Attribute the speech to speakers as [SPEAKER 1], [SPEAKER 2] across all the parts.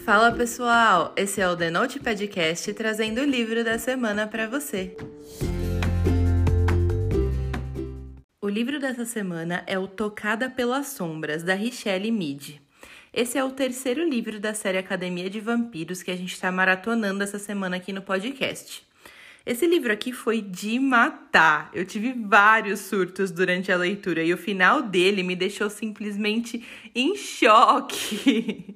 [SPEAKER 1] Fala pessoal, esse é o The Note Podcast trazendo o livro da semana para você. O livro dessa semana é o Tocada pelas Sombras, da Richelle Mead. Esse é o terceiro livro da série Academia de Vampiros que a gente está maratonando essa semana aqui no podcast. Esse livro aqui foi de matar. Eu tive vários surtos durante a leitura e o final dele me deixou simplesmente em choque.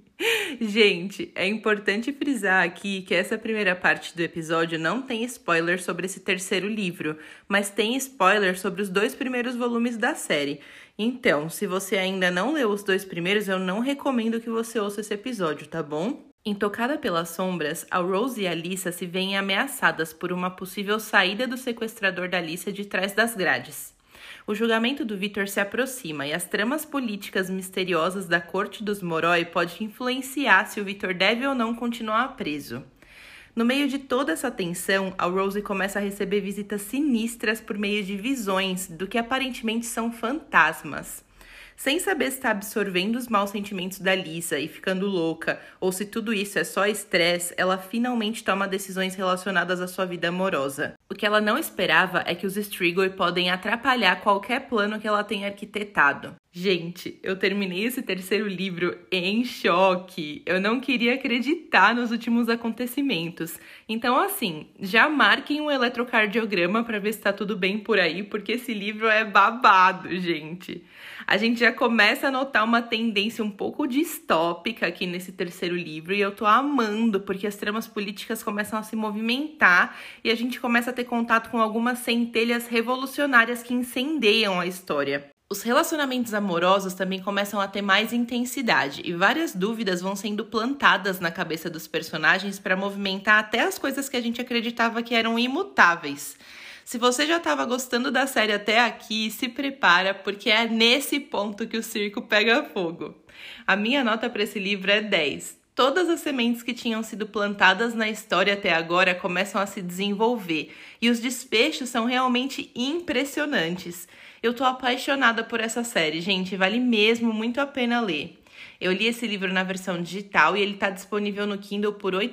[SPEAKER 1] Gente, é importante frisar aqui que essa primeira parte do episódio não tem spoiler sobre esse terceiro livro, mas tem spoiler sobre os 2 primeiros volumes da série. Então, se você ainda não leu os 2 primeiros, eu não recomendo que você ouça esse episódio, tá bom? Em Tocada pelas Sombras, a Rose e a Alyssa se veem ameaçadas por uma possível saída do sequestrador da Alyssa de trás das grades. O julgamento do Victor se aproxima e as tramas políticas misteriosas da corte dos Moroi podem influenciar se o Victor deve ou não continuar preso. No meio de toda essa tensão, a Rose começa a receber visitas sinistras por meio de visões do que aparentemente são fantasmas. Sem saber se está absorvendo os maus sentimentos da Alyssa e ficando louca, ou se tudo isso é só estresse, ela finalmente toma decisões relacionadas à sua vida amorosa. O que ela não esperava é que os Strigoi podem atrapalhar qualquer plano que ela tenha arquitetado. Gente, eu terminei esse terceiro livro em choque. Eu não queria acreditar nos últimos acontecimentos. Então, assim, já marquem um eletrocardiograma para ver se tá tudo bem por aí, porque esse livro é babado, gente. A gente já começa a notar uma tendência um pouco distópica aqui nesse terceiro livro e eu tô amando, porque as tramas políticas começam a se movimentar e a gente começa a ter contato com algumas centelhas revolucionárias que incendeiam a história. Os relacionamentos amorosos também começam a ter mais intensidade e várias dúvidas vão sendo plantadas na cabeça dos personagens para movimentar até as coisas que a gente acreditava que eram imutáveis. Se você já estava gostando da série até aqui, se prepara, porque é nesse ponto que o circo pega fogo. A minha nota para esse livro é 10. Todas as sementes que tinham sido plantadas na história até agora começam a se desenvolver e os desfechos são realmente impressionantes. Eu tô apaixonada por essa série, gente, vale mesmo muito a pena ler. Eu li esse livro na versão digital e ele está disponível no Kindle por R$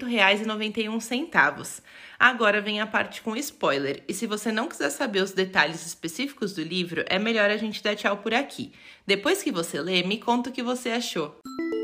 [SPEAKER 1] 8,91. Agora vem a parte com spoiler, e se você não quiser saber os detalhes específicos do livro, é melhor a gente dar tchau por aqui. Depois que você lê, me conta o que você achou.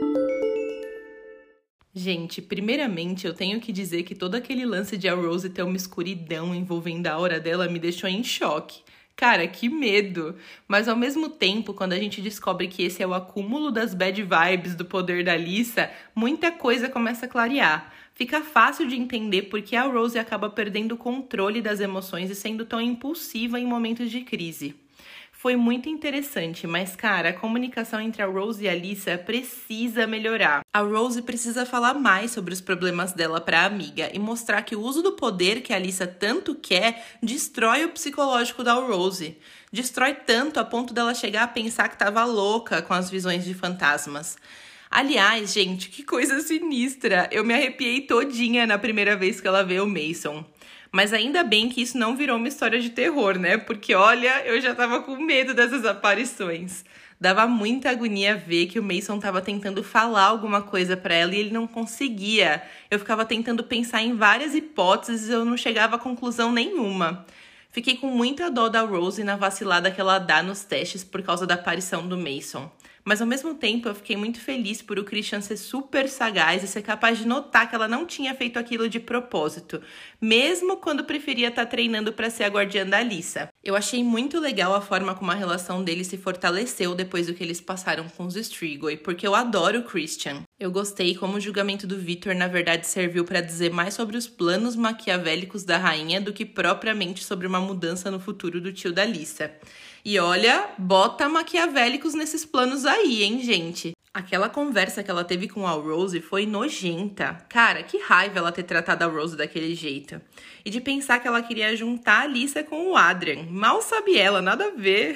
[SPEAKER 1] Gente, primeiramente eu tenho que dizer que todo aquele lance de a Rose ter uma escuridão envolvendo a aura dela me deixou em choque. Cara, que medo! Mas ao mesmo tempo, quando a gente descobre que esse é o acúmulo das bad vibes do poder da Alyssa, muita coisa começa a clarear. Fica fácil de entender porque a Rose acaba perdendo o controle das emoções e sendo tão impulsiva em momentos de crise. Foi muito interessante, mas, cara, a comunicação entre a Rose e a Alyssa precisa melhorar. A Rose precisa falar mais sobre os problemas dela para a amiga e mostrar que o uso do poder que a Alyssa tanto quer destrói o psicológico da Rose. Destrói tanto a ponto dela chegar a pensar que estava louca com as visões de fantasmas. Aliás, gente, que coisa sinistra! Eu me arrepiei todinha na primeira vez que ela vê o Mason. Mas ainda bem que isso não virou uma história de terror, né? Porque, olha, eu já tava com medo dessas aparições. Dava muita agonia ver que o Mason tava tentando falar alguma coisa pra ela e ele não conseguia. Eu ficava tentando pensar em várias hipóteses e eu não chegava a conclusão nenhuma. Fiquei com muita dó da Rose na vacilada que ela dá nos testes por causa da aparição do Mason. Mas ao mesmo tempo eu fiquei muito feliz por o Christian ser super sagaz e ser capaz de notar que ela não tinha feito aquilo de propósito, mesmo quando preferia estar treinando para ser a guardiã da Alyssa. Eu achei muito legal a forma como a relação deles se fortaleceu depois do que eles passaram com os Strigoi, porque eu adoro o Christian. Eu gostei como o julgamento do Victor na verdade serviu para dizer mais sobre os planos maquiavélicos da rainha do que propriamente sobre uma mudança no futuro do tio da Alyssa. E olha, bota maquiavélicos nesses planos aí, hein, gente? Aquela conversa que ela teve com a Rose foi nojenta. Cara, que raiva ela ter tratado a Rose daquele jeito. E de pensar que ela queria juntar a Alyssa com o Adrian. Mal sabe ela, nada a ver.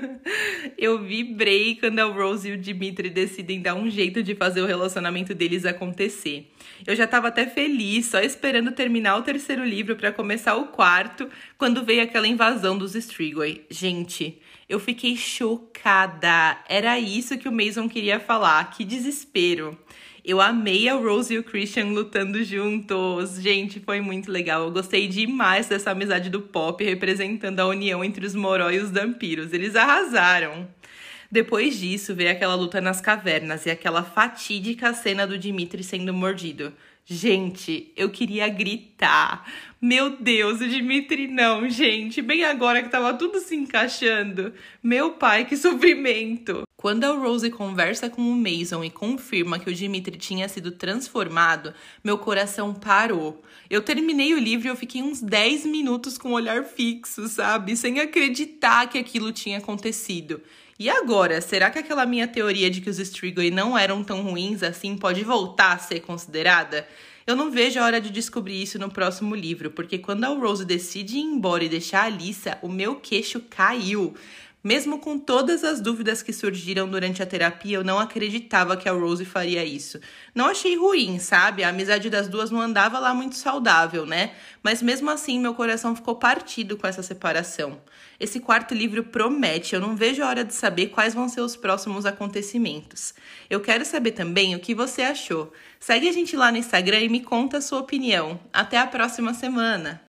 [SPEAKER 1] Eu vibrei quando a Rose e o Dimitri decidem dar um jeito de fazer o relacionamento deles acontecer. Eu já tava até feliz, só esperando terminar o terceiro livro pra começar o quarto, quando veio aquela invasão dos Strigoi. Gente, eu fiquei chocada. Era isso que o Mason queria falar. Que desespero. Eu amei a Rose e o Christian lutando juntos. Gente, foi muito legal. Eu gostei demais dessa amizade do Pop representando a união entre os Moró e os vampiros. Eles arrasaram. Depois disso, veio aquela luta nas cavernas e aquela fatídica cena do Dimitri sendo mordido. Gente, eu queria gritar. Meu Deus, o Dimitri não, gente. Bem agora que tava tudo se encaixando. Meu pai, que sofrimento. Quando a Rose conversa com o Mason e confirma que o Dimitri tinha sido transformado, meu coração parou. Eu terminei o livro e eu fiquei uns 10 minutos com o olhar fixo, sabe? Sem acreditar que aquilo tinha acontecido. E agora, será que aquela minha teoria de que os Strigoi não eram tão ruins assim pode voltar a ser considerada? Eu não vejo a hora de descobrir isso no próximo livro, porque quando a Rose decide ir embora e deixar a Alyssa, o meu queixo caiu. Mesmo com todas as dúvidas que surgiram durante a terapia, eu não acreditava que a Rose faria isso. Não achei ruim, sabe? A amizade das duas não andava lá muito saudável, né? Mas mesmo assim, meu coração ficou partido com essa separação. Esse quarto livro promete, eu não vejo a hora de saber quais vão ser os próximos acontecimentos. Eu quero saber também o que você achou. Segue a gente lá no Instagram e me conta a sua opinião. Até a próxima semana!